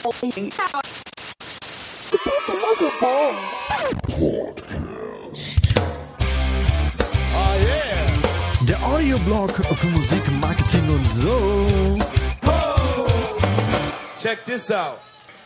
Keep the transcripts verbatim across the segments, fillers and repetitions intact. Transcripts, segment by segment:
Der Audioblog für Musik, Marketing und so. Check this out.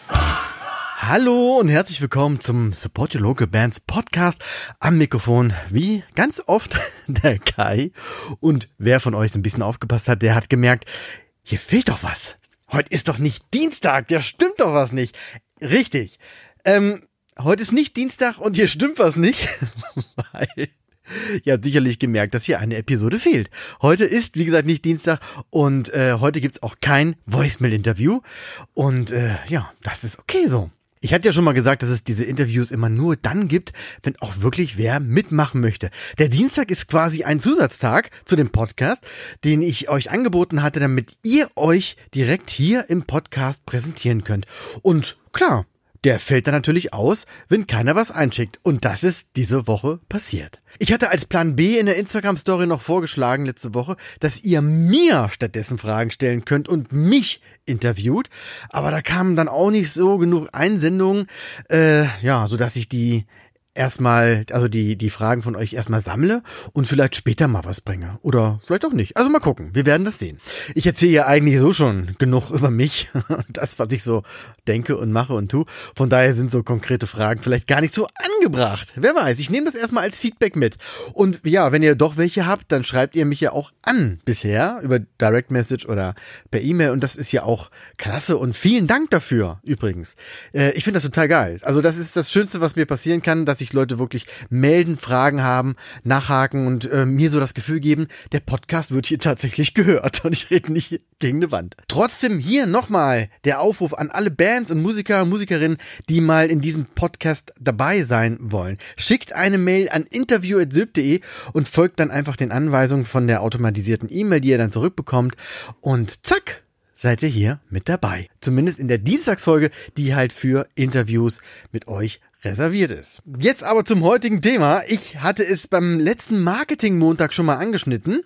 Hallo und herzlich willkommen zum Support Your Local Bands Podcast. Am Mikrofon, wie ganz oft, der Kai. Und wer von euch so ein bisschen aufgepasst hat, der hat gemerkt, hier fehlt doch was. Heute ist doch nicht Dienstag, da stimmt doch was nicht. Richtig. Ähm, heute ist nicht Dienstag und hier stimmt was nicht, weil... Ihr habt sicherlich gemerkt, dass hier eine Episode fehlt. Heute ist, wie gesagt, nicht Dienstag und äh, heute gibt's auch kein Voicemail-Interview. Und äh, ja, das ist okay so. Ich hatte ja schon mal gesagt, dass es diese Interviews immer nur dann gibt, wenn auch wirklich wer mitmachen möchte. Der Dienstag ist quasi ein Zusatztag zu dem Podcast, den ich euch angeboten hatte, damit ihr euch direkt hier im Podcast präsentieren könnt. Und klar, der fällt dann natürlich aus, wenn keiner was einschickt. Und das ist diese Woche passiert. Ich hatte als Plan B in der Instagram-Story noch vorgeschlagen letzte Woche, dass ihr mir stattdessen Fragen stellen könnt und mich interviewt. Aber da kamen dann auch nicht so genug Einsendungen, äh, ja, sodass ich die erstmal, also die, die Fragen von euch erstmal sammle und vielleicht später mal was bringe. Oder vielleicht auch nicht. Also mal gucken. Wir werden das sehen. Ich erzähle ja eigentlich so schon genug über mich. Das, was ich so denke und mache und tue. Von daher sind so konkrete Fragen vielleicht gar nicht so angebracht. Wer weiß. Ich nehme das erstmal als Feedback mit. Und ja, wenn ihr doch welche habt, dann schreibt ihr mich ja auch an bisher über Direct Message oder per E-Mail. Und das ist ja auch klasse. Und vielen Dank dafür übrigens. Äh, ich finde das total geil. Also das ist das Schönste, was mir passieren kann, dass ich Leute wirklich melden, Fragen haben, nachhaken und äh, mir so das Gefühl geben, der Podcast wird hier tatsächlich gehört und ich rede nicht gegen eine Wand. Trotzdem hier nochmal der Aufruf an alle Bands und Musiker und Musikerinnen, die mal in diesem Podcast dabei sein wollen. Schickt eine Mail an interview at sylp punkt de und folgt dann einfach den Anweisungen von der automatisierten E-Mail, die ihr dann zurückbekommt und zack, seid ihr hier mit dabei. Zumindest in der Dienstagsfolge, die halt für Interviews mit euch reserviert ist. Jetzt aber zum heutigen Thema. Ich hatte es beim letzten Marketing-Montag schon mal angeschnitten.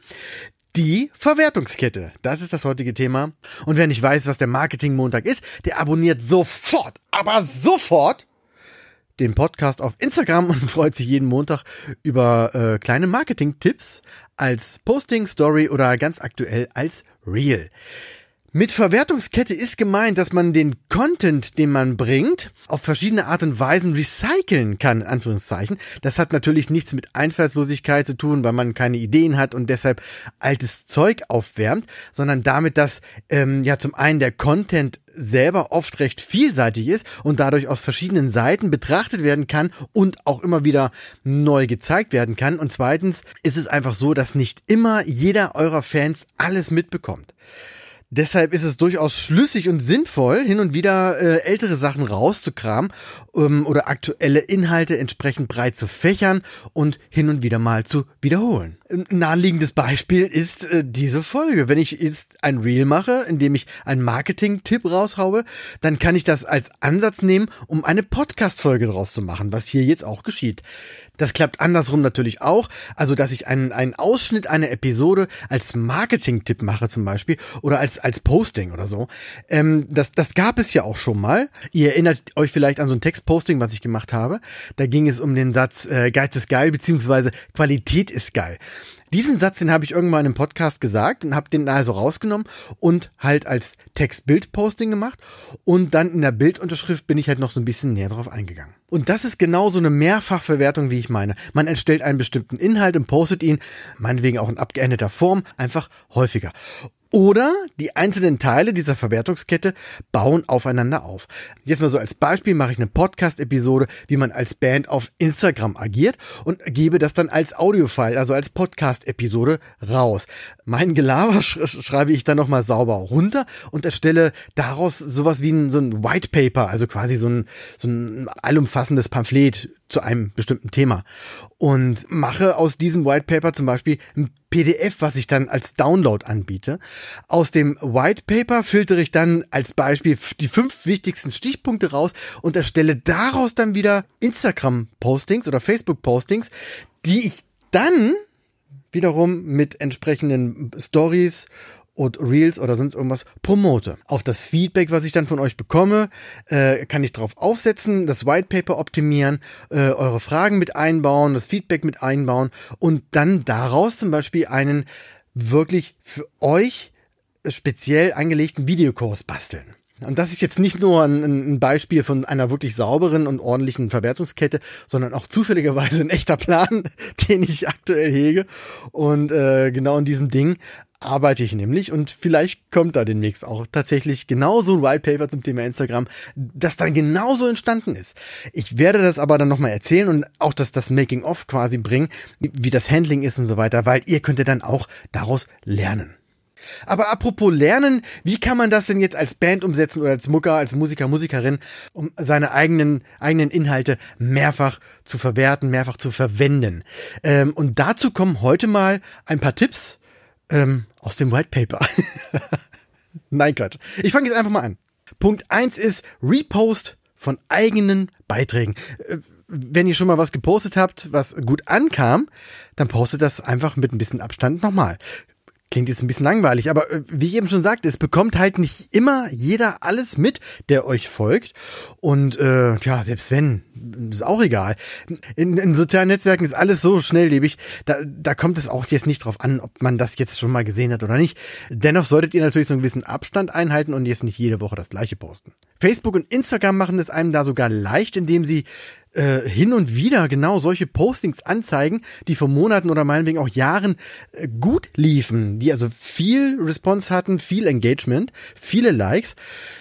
Die Verwertungskette. Das ist das heutige Thema. Und wer nicht weiß, was der Marketing-Montag ist, der abonniert sofort, aber sofort den Podcast auf Instagram und freut sich jeden Montag über äh, kleine Marketing-Tipps als Posting, Story oder ganz aktuell als Reel. Mit Verwertungskette ist gemeint, dass man den Content, den man bringt, auf verschiedene Art und Weisen recyceln kann, in Anführungszeichen. Das hat natürlich nichts mit Einfallslosigkeit zu tun, weil man keine Ideen hat und deshalb altes Zeug aufwärmt, sondern damit, dass ähm, ja zum einen der Content selber oft recht vielseitig ist und dadurch aus verschiedenen Seiten betrachtet werden kann und auch immer wieder neu gezeigt werden kann. Und zweitens ist es einfach so, dass nicht immer jeder eurer Fans alles mitbekommt. Deshalb ist es durchaus schlüssig und sinnvoll, hin und wieder äh, ältere Sachen rauszukramen ähm, oder aktuelle Inhalte entsprechend breit zu fächern und hin und wieder mal zu wiederholen. Ein naheliegendes Beispiel ist äh, diese Folge. Wenn ich jetzt ein Reel mache, in dem ich einen Marketing-Tipp raushaue, dann kann ich das als Ansatz nehmen, um eine Podcast-Folge draus zu machen, was hier jetzt auch geschieht. Das klappt andersrum natürlich auch, also dass ich einen, einen Ausschnitt einer Episode als Marketing-Tipp mache zum Beispiel oder als, als Posting oder so. Ähm, das, das gab es ja auch schon mal. Ihr erinnert euch vielleicht an so ein Textposting, was ich gemacht habe. Da ging es um den Satz äh, Geiz ist geil, beziehungsweise Qualität ist geil. Diesen Satz, den habe ich irgendwann in einem Podcast gesagt und habe den also rausgenommen und halt als Text-Bild-Posting gemacht und dann in der Bildunterschrift bin ich halt noch so ein bisschen näher drauf eingegangen. Und das ist genau so eine Mehrfachverwertung, wie ich meine. Man erstellt einen bestimmten Inhalt und postet ihn, meinetwegen auch in abgeänderter Form, einfach häufiger. Oder die einzelnen Teile dieser Verwertungskette bauen aufeinander auf. Jetzt mal so als Beispiel mache ich eine Podcast-Episode, wie man als Band auf Instagram agiert und gebe das dann als Audiofile, also als Podcast-Episode raus. Mein Gelaber sch- schreibe ich dann nochmal sauber runter und erstelle daraus sowas wie ein, so ein White Paper, also quasi so ein, so ein allumfassendes Pamphlet zu einem bestimmten Thema. Und mache aus diesem White Paper zum Beispiel ein P D F, was ich dann als Download anbiete. Aus dem White Paper filtere ich dann als Beispiel die fünf wichtigsten Stichpunkte raus und erstelle daraus dann wieder Instagram-Postings oder Facebook-Postings, die ich dann wiederum mit entsprechenden Stories und Reels oder sonst irgendwas promote. Auf das Feedback, was ich dann von euch bekomme, äh, kann ich drauf aufsetzen, das White Paper optimieren, äh, eure Fragen mit einbauen, das Feedback mit einbauen und dann daraus zum Beispiel einen wirklich für euch speziell angelegten Videokurs basteln. Und das ist jetzt nicht nur ein, ein Beispiel von einer wirklich sauberen und ordentlichen Verwertungskette, sondern auch zufälligerweise ein echter Plan, den ich aktuell hege. Und äh, genau in diesem Ding arbeite ich nämlich und vielleicht kommt da demnächst auch tatsächlich genau so ein White Paper zum Thema Instagram, das dann genauso entstanden ist. Ich werde das aber dann nochmal erzählen und auch das, das Making-of quasi bringen, wie das Handling ist und so weiter, weil ihr könnt ja dann auch daraus lernen. Aber apropos Lernen, wie kann man das denn jetzt als Band umsetzen oder als Mucker, als Musiker, Musikerin, um seine eigenen eigenen Inhalte mehrfach zu verwerten, mehrfach zu verwenden? Ähm, und dazu kommen heute mal ein paar Tipps ähm, aus dem White Paper. Nein, Quatsch. Ich fange jetzt einfach mal an. Punkt eins ist Repost von eigenen Beiträgen. Äh, wenn ihr schon mal was gepostet habt, was gut ankam, dann postet das einfach mit ein bisschen Abstand nochmal. Klingt jetzt ein bisschen langweilig, aber äh, wie ich eben schon sagte, es bekommt halt nicht immer jeder alles mit, der euch folgt. Und äh, ja, selbst wenn, ist auch egal. In, in sozialen Netzwerken ist alles so schnelllebig, da, da kommt es auch jetzt nicht drauf an, ob man das jetzt schon mal gesehen hat oder nicht. Dennoch solltet ihr natürlich so einen gewissen Abstand einhalten und jetzt nicht jede Woche das Gleiche posten. Facebook und Instagram machen es einem da sogar leicht, indem sie äh, hin und wieder genau solche Postings anzeigen, die vor Monaten oder meinetwegen auch Jahren äh, gut liefen, die also viel Response hatten, viel Engagement, viele Likes.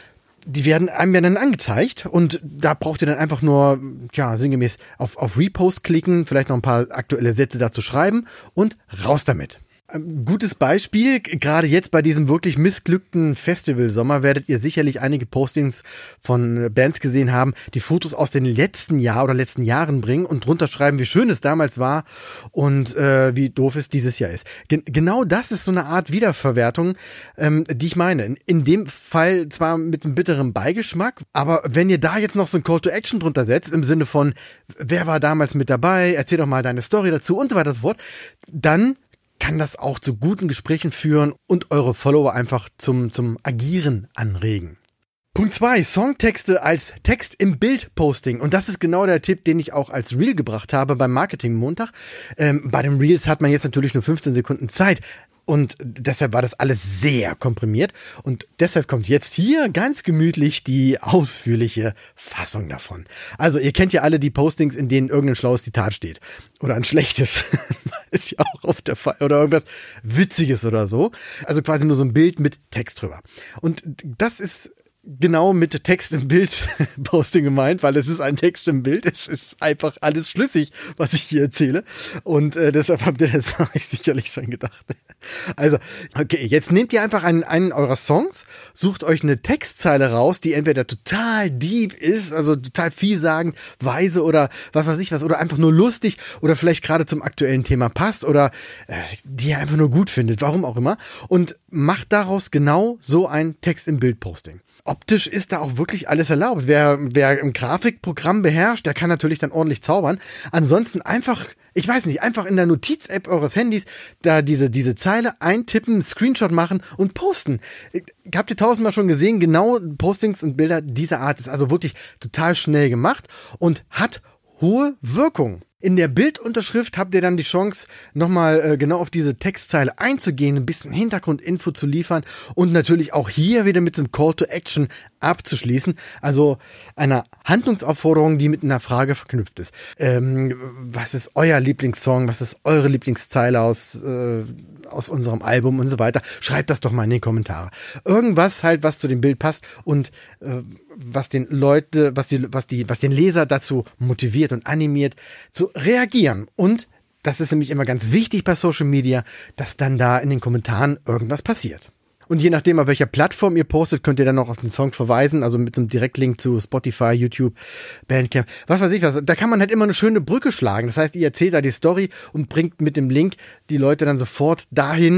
Die werden einem ja dann angezeigt und da braucht ihr dann einfach nur, ja, sinngemäß auf, auf Repost klicken, vielleicht noch ein paar aktuelle Sätze dazu schreiben und raus damit. Ein gutes Beispiel, gerade jetzt bei diesem wirklich missglückten Festivalsommer werdet ihr sicherlich einige Postings von Bands gesehen haben, die Fotos aus den letzten Jahr oder letzten Jahren bringen und drunter schreiben, wie schön es damals war und äh, wie doof es dieses Jahr ist. Gen- genau das ist so eine Art Wiederverwertung, ähm, die ich meine. In, in dem Fall zwar mit einem bitteren Beigeschmack, aber wenn ihr da jetzt noch so ein Call to Action drunter setzt, im Sinne von, wer war damals mit dabei, erzähl doch mal deine Story dazu und so weiter und so fort, dann kann das auch zu guten Gesprächen führen und eure Follower einfach zum, zum Agieren anregen. Punkt zwei, Songtexte als Text im Bild-Posting. Und das ist genau der Tipp, den ich auch als Reel gebracht habe beim Marketing-Montag. Ähm, bei den Reels hat man jetzt natürlich nur fünfzehn Sekunden Zeit. Und deshalb war das alles sehr komprimiert. Und deshalb kommt jetzt hier ganz gemütlich die ausführliche Fassung davon. Also ihr kennt ja alle die Postings, in denen irgendein schlaues Zitat steht. Oder ein schlechtes. Ist ja auch oft der Fall. Oder irgendwas Witziges oder so. Also quasi nur so ein Bild mit Text drüber. Und das ist genau mit Text im Bild Posting gemeint, weil es ist ein Text im Bild. Es ist einfach alles schlüssig, was ich hier erzähle. Und äh, deshalb habt ihr das euch sicherlich schon gedacht. Also, okay, jetzt nehmt ihr einfach einen, einen eurer Songs, sucht euch eine Textzeile raus, die entweder total deep ist, also total vielsagend, weise oder was weiß ich was, oder einfach nur lustig oder vielleicht gerade zum aktuellen Thema passt oder äh, die ihr einfach nur gut findet, warum auch immer. Und macht daraus genau so ein Text im Bild Posting. Optisch ist da auch wirklich alles erlaubt. Wer, wer ein Grafikprogramm beherrscht, der kann natürlich dann ordentlich zaubern. Ansonsten einfach, ich weiß nicht, einfach in der Notiz-App eures Handys da diese, diese Zeile eintippen, einen Screenshot machen und posten. Habt ihr tausendmal schon gesehen, genau Postings und Bilder dieser Art ist also wirklich total schnell gemacht und hat hohe Wirkung. In der Bildunterschrift habt ihr dann die Chance, nochmal äh, genau auf diese Textzeile einzugehen, ein bisschen Hintergrundinfo zu liefern und natürlich auch hier wieder mit so einem Call to Action abzuschließen. Also einer Handlungsaufforderung, die mit einer Frage verknüpft ist. Ähm, was ist euer Lieblingssong? Was ist eure Lieblingszeile aus, äh, aus unserem Album und so weiter? Schreibt das doch mal in die Kommentare. Irgendwas halt, was zu dem Bild passt und äh, was den Leute, was die, was die, was den Leser dazu motiviert und animiert, zu reagieren. Und das ist nämlich immer ganz wichtig bei Social Media, dass dann da in den Kommentaren irgendwas passiert. Und je nachdem, auf welcher Plattform ihr postet, könnt ihr dann noch auf den Song verweisen, also mit so einem Direktlink zu Spotify, YouTube, Bandcamp, was weiß ich was. Da kann man halt immer eine schöne Brücke schlagen. Das heißt, ihr erzählt da die Story und bringt mit dem Link die Leute dann sofort dahin,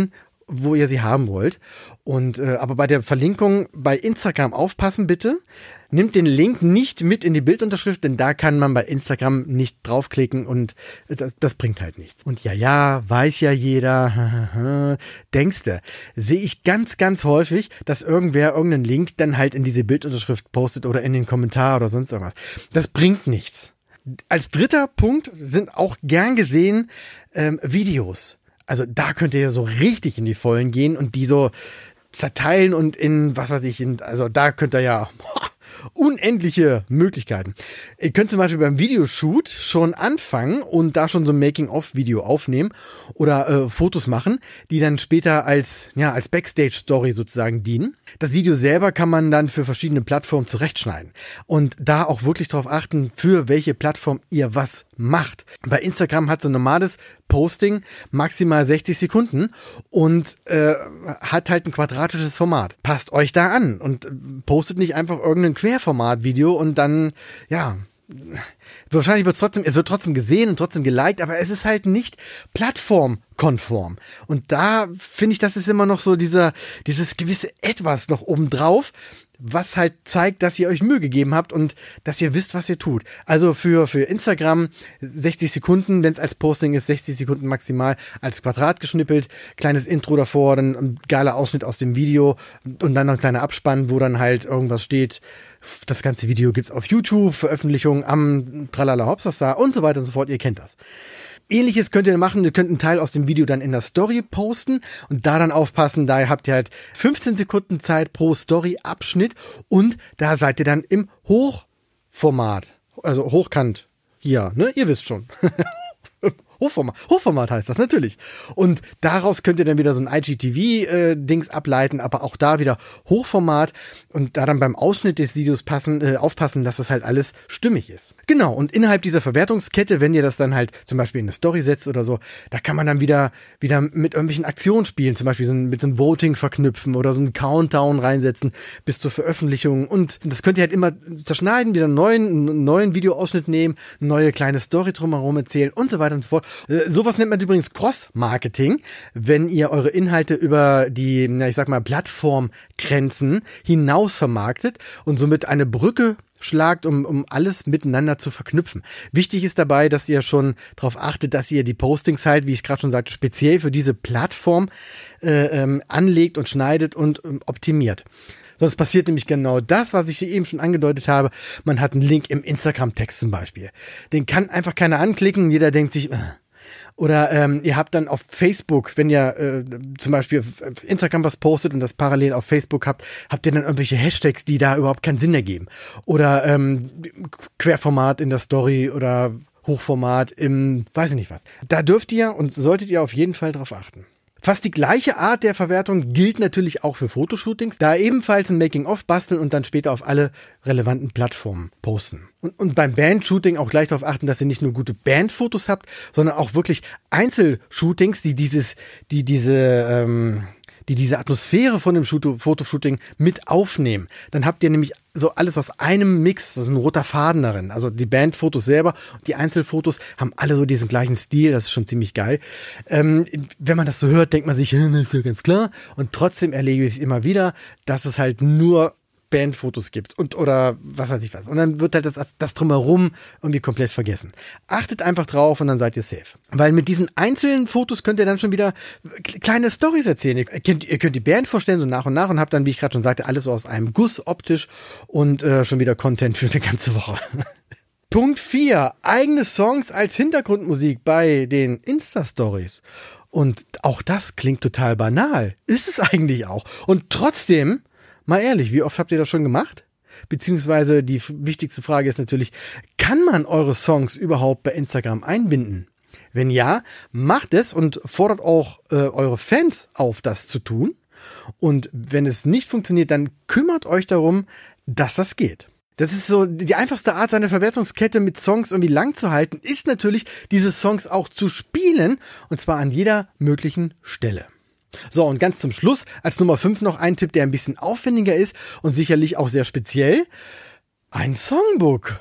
wo ihr sie haben wollt. Und äh, aber bei der Verlinkung bei Instagram aufpassen bitte. Nimmt den Link nicht mit in die Bildunterschrift, denn da kann man bei Instagram nicht draufklicken und das, das bringt halt nichts. Und ja, ja, weiß ja jeder, denkste, sehe ich ganz, ganz häufig, dass irgendwer irgendeinen Link dann halt in diese Bildunterschrift postet oder in den Kommentar oder sonst irgendwas. Das bringt nichts. Als dritter Punkt sind auch gern gesehen ähm, Videos. Also da könnt ihr ja so richtig in die Vollen gehen und die so zerteilen und in, was weiß ich, in, also da könnt ihr ja... Boah, unendliche Möglichkeiten. Ihr könnt zum Beispiel beim Videoshoot schon anfangen und da schon so ein Making-of-Video aufnehmen oder äh, Fotos machen, die dann später als, ja, als Backstage-Story sozusagen dienen. Das Video selber kann man dann für verschiedene Plattformen zurechtschneiden und da auch wirklich darauf achten, für welche Plattform ihr was macht. Bei Instagram hat so ein normales Posting maximal sechzig Sekunden und äh, hat halt ein quadratisches Format. Passt euch da an und postet nicht einfach irgendein Querformat-Video und dann, ja, wahrscheinlich wird es trotzdem, es wird trotzdem gesehen und trotzdem geliked, aber es ist halt nicht plattformkonform. Und da finde ich, das ist immer noch so dieser, dieses gewisse Etwas noch obendrauf, was halt zeigt, dass ihr euch Mühe gegeben habt und dass ihr wisst, was ihr tut. Also für, für Instagram sechzig Sekunden, wenn es als Posting ist, sechzig Sekunden maximal als Quadrat geschnippelt, kleines Intro davor, dann ein geiler Ausschnitt aus dem Video und dann noch ein kleiner Abspann, wo dann halt irgendwas steht. Das ganze Video gibt's auf YouTube, Veröffentlichung am Tralala Hopsasa und so weiter und so fort. Ihr kennt das. Ähnliches könnt ihr machen, ihr könnt einen Teil aus dem Video dann in der Story posten und da dann aufpassen, da habt ihr halt fünfzehn Sekunden Zeit pro Story-Abschnitt und da seid ihr dann im Hochformat, also hochkant, hier, ne, ihr wisst schon. Hochformat, Hochformat heißt das natürlich. Und daraus könnt ihr dann wieder so ein I G T V-Dings äh, ableiten, aber auch da wieder Hochformat und da dann beim Ausschnitt des Videos passen, äh, aufpassen, dass das halt alles stimmig ist. Genau, und innerhalb dieser Verwertungskette, wenn ihr das dann halt zum Beispiel in eine Story setzt oder so, da kann man dann wieder, wieder mit irgendwelchen Aktionen spielen, zum Beispiel so ein, mit so einem Voting verknüpfen oder so einen Countdown reinsetzen bis zur Veröffentlichung und das könnt ihr halt immer zerschneiden, wieder einen neuen, einen neuen Videoausschnitt nehmen, eine neue kleine Story drumherum erzählen und so weiter und so fort. Sowas nennt man übrigens Cross-Marketing, wenn ihr eure Inhalte über die, na, ich sag mal, Plattformgrenzen hinaus vermarktet und somit eine Brücke schlagt, um, um alles miteinander zu verknüpfen. Wichtig ist dabei, dass ihr schon darauf achtet, dass ihr die Postings halt, wie ich es gerade schon sagte, speziell für diese Plattform äh, ähm, anlegt und schneidet und ähm, optimiert. Sonst passiert nämlich genau das, was ich eben schon angedeutet habe. Man hat einen Link im Instagram-Text zum Beispiel. Den kann einfach keiner anklicken. Jeder denkt sich, äh. Oder ähm, ihr habt dann auf Facebook, wenn ihr äh, zum Beispiel auf Instagram was postet und das parallel auf Facebook habt, habt ihr dann irgendwelche Hashtags, die da überhaupt keinen Sinn ergeben. Oder ähm, Querformat in der Story oder Hochformat im, weiß ich nicht was. Da dürft ihr und solltet ihr auf jeden Fall drauf achten. Fast die gleiche Art der Verwertung gilt natürlich auch für Fotoshootings, da ebenfalls ein Making-of basteln und dann später auf alle relevanten Plattformen posten. Und, und beim Bandshooting auch gleich darauf achten, dass ihr nicht nur gute Bandfotos habt, sondern auch wirklich Einzelshootings, die dieses, die diese, ähm, die diese Atmosphäre von dem Fotoshooting mit aufnehmen. Dann habt ihr nämlich so alles aus einem Mix, das ist ein roter Faden darin. Also die Bandfotos selber und die Einzelfotos haben alle so diesen gleichen Stil, das ist schon ziemlich geil. Ähm, wenn man das so hört, denkt man sich, das ist ja ganz klar. Und trotzdem erlebe ich es immer wieder, dass es halt nur Bandfotos gibt und oder was weiß ich was. Und dann wird halt das, das Drumherum irgendwie komplett vergessen. Achtet einfach drauf und dann seid ihr safe. Weil mit diesen einzelnen Fotos könnt ihr dann schon wieder kleine Storys erzählen. Ihr könnt, ihr könnt die Band vorstellen, so nach und nach und habt dann, wie ich gerade schon sagte, alles so aus einem Guss optisch und äh, schon wieder Content für eine ganze Woche. Punkt vier. Eigene Songs als Hintergrundmusik bei den Insta-Stories. Und auch das klingt total banal. Ist es eigentlich auch. Und trotzdem, mal ehrlich, wie oft habt ihr das schon gemacht? Beziehungsweise die f- wichtigste Frage ist natürlich, kann man eure Songs überhaupt bei Instagram einbinden? Wenn ja, macht es und fordert auch äh, eure Fans auf, das zu tun. Und wenn es nicht funktioniert, dann kümmert euch darum, dass das geht. Das ist so, die einfachste Art, seine Verwertungskette mit Songs irgendwie lang zu halten, ist natürlich, diese Songs auch zu spielen, und zwar an jeder möglichen Stelle. So, und ganz zum Schluss, als Nummer fünf noch ein Tipp, der ein bisschen aufwendiger ist und sicherlich auch sehr speziell. Ein Songbook.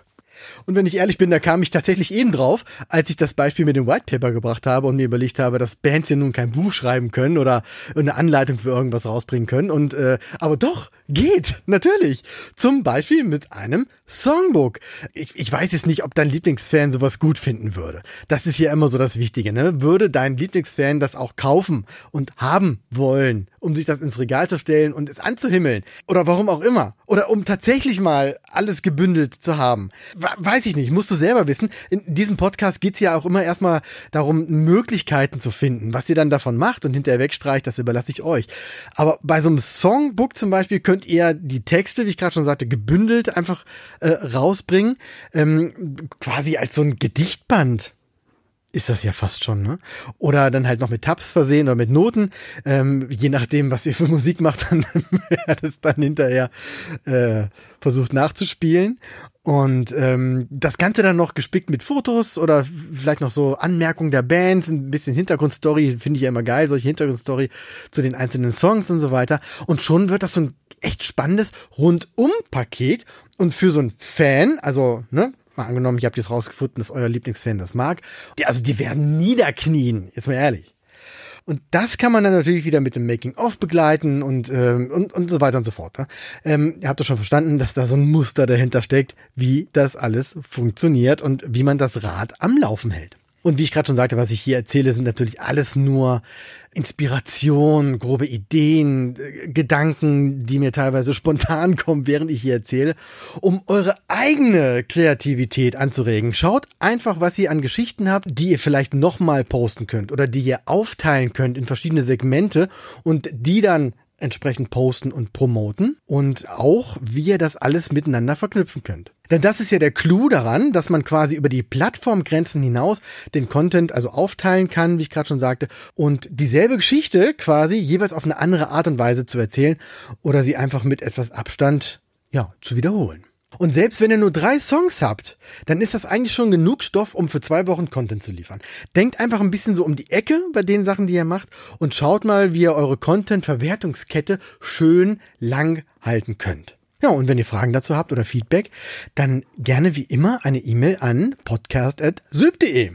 Und wenn ich ehrlich bin, da kam ich tatsächlich eben drauf, als ich das Beispiel mit dem White Paper gebracht habe und mir überlegt habe, dass Bands ja nun kein Buch schreiben können oder eine Anleitung für irgendwas rausbringen können. Und äh, aber doch, geht, natürlich. Zum Beispiel mit einem Songbook. Ich, ich weiß jetzt nicht, ob dein Lieblingsfan sowas gut finden würde. Das ist ja immer so das Wichtige, ne? Würde dein Lieblingsfan das auch kaufen und haben wollen, um sich das ins Regal zu stellen und es anzuhimmeln? Oder warum auch immer? Oder um tatsächlich mal alles gebündelt zu haben? Weiß ich nicht, musst du selber wissen. In diesem Podcast geht's ja auch immer erstmal darum, Möglichkeiten zu finden. Was ihr dann davon macht und hinterher wegstreicht, das überlasse ich euch. Aber bei so einem Songbook zum Beispiel könnt ihr die Texte, wie ich gerade schon sagte, gebündelt einfach äh, rausbringen. Ähm, quasi als so ein Gedichtband. Ist das ja fast schon, ne? Oder dann halt noch mit Tabs versehen oder mit Noten. Ähm, je nachdem, was ihr für Musik macht, dann werdet es dann hinterher äh, versucht nachzuspielen. Und ähm, das Ganze dann noch gespickt mit Fotos oder vielleicht noch so Anmerkungen der Bands, ein bisschen Hintergrundstory, finde ich ja immer geil, solche Hintergrundstory zu den einzelnen Songs und so weiter. Und schon wird das so ein echt spannendes Rundum-Paket. Und für so einen Fan, also, ne, mal angenommen, ihr habt jetzt rausgefunden, dass euer Lieblingsfan das mag. Die, also die werden niederknien, jetzt mal ehrlich. Und das kann man dann natürlich wieder mit dem Making-of begleiten und, ähm, und, und so weiter und so fort. Ne? Ähm, ihr habt doch schon verstanden, dass da so ein Muster dahinter steckt, wie das alles funktioniert und wie man das Rad am Laufen hält. Und wie ich gerade schon sagte, was ich hier erzähle, sind natürlich alles nur Inspiration, grobe Ideen, Gedanken, die mir teilweise spontan kommen, während ich hier erzähle, um eure eigene Kreativität anzuregen. Schaut einfach, was ihr an Geschichten habt, die ihr vielleicht nochmal posten könnt oder die ihr aufteilen könnt in verschiedene Segmente und die dann entsprechend posten und promoten und auch, wie ihr das alles miteinander verknüpfen könnt. Denn das ist ja der Clou daran, dass man quasi über die Plattformgrenzen hinaus den Content also aufteilen kann, wie ich gerade schon sagte, und dieselbe Geschichte quasi jeweils auf eine andere Art und Weise zu erzählen oder sie einfach mit etwas Abstand, ja, zu wiederholen. Und selbst wenn ihr nur drei Songs habt, dann ist das eigentlich schon genug Stoff, um für zwei Wochen Content zu liefern. Denkt einfach ein bisschen so um die Ecke bei den Sachen, die ihr macht und schaut mal, wie ihr eure Content-Verwertungskette schön lang halten könnt. Ja, und wenn ihr Fragen dazu habt oder Feedback, dann gerne wie immer eine E-Mail an podcast at syb punkt de.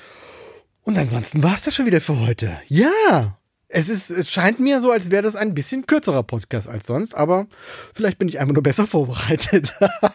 Und ansonsten war's das schon wieder für heute. Ja! Es ist, es scheint mir so, als wäre das ein bisschen kürzerer Podcast als sonst, aber vielleicht bin ich einfach nur besser vorbereitet.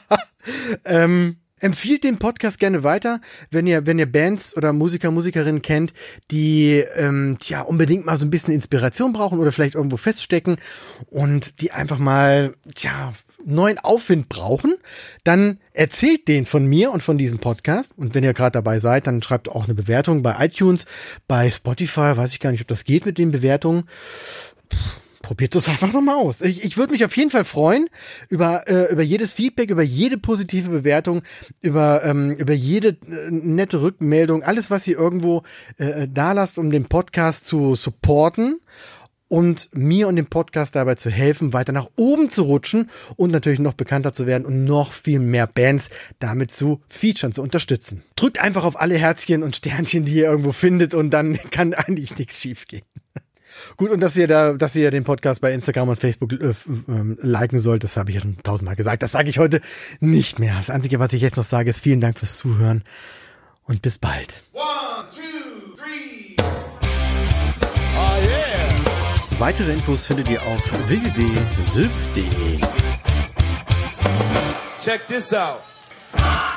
ähm, empfiehlt den Podcast gerne weiter, wenn ihr, wenn ihr Bands oder Musiker, Musikerinnen kennt, die, ähm, tja, unbedingt mal so ein bisschen Inspiration brauchen oder vielleicht irgendwo feststecken und die einfach mal, tja, neuen Aufwind brauchen, dann erzählt den von mir und von diesem Podcast. Und wenn ihr gerade dabei seid, dann schreibt auch eine Bewertung bei iTunes, bei Spotify, weiß ich gar nicht, ob das geht mit den Bewertungen. Puh, probiert das einfach nochmal aus. Ich, ich würde mich auf jeden Fall freuen über, äh, über jedes Feedback, über jede positive Bewertung, über, ähm, über jede äh, nette Rückmeldung, alles, was ihr irgendwo äh, da lasst, um den Podcast zu supporten. Und mir und dem Podcast dabei zu helfen, weiter nach oben zu rutschen und natürlich noch bekannter zu werden und noch viel mehr Bands damit zu featuren, zu unterstützen. Drückt einfach auf alle Herzchen und Sternchen, die ihr irgendwo findet und dann kann eigentlich nichts schief gehen. Gut, und dass ihr da, dass ihr den Podcast bei Instagram und Facebook äh, äh, liken sollt, das habe ich ja schon tausendmal gesagt. Das sage ich heute nicht mehr. Das Einzige, was ich jetzt noch sage, ist vielen Dank fürs Zuhören und bis bald. One, two, three. Oh yeah. Weitere Infos findet ihr auf w w w punkt syb punkt de. Check this out.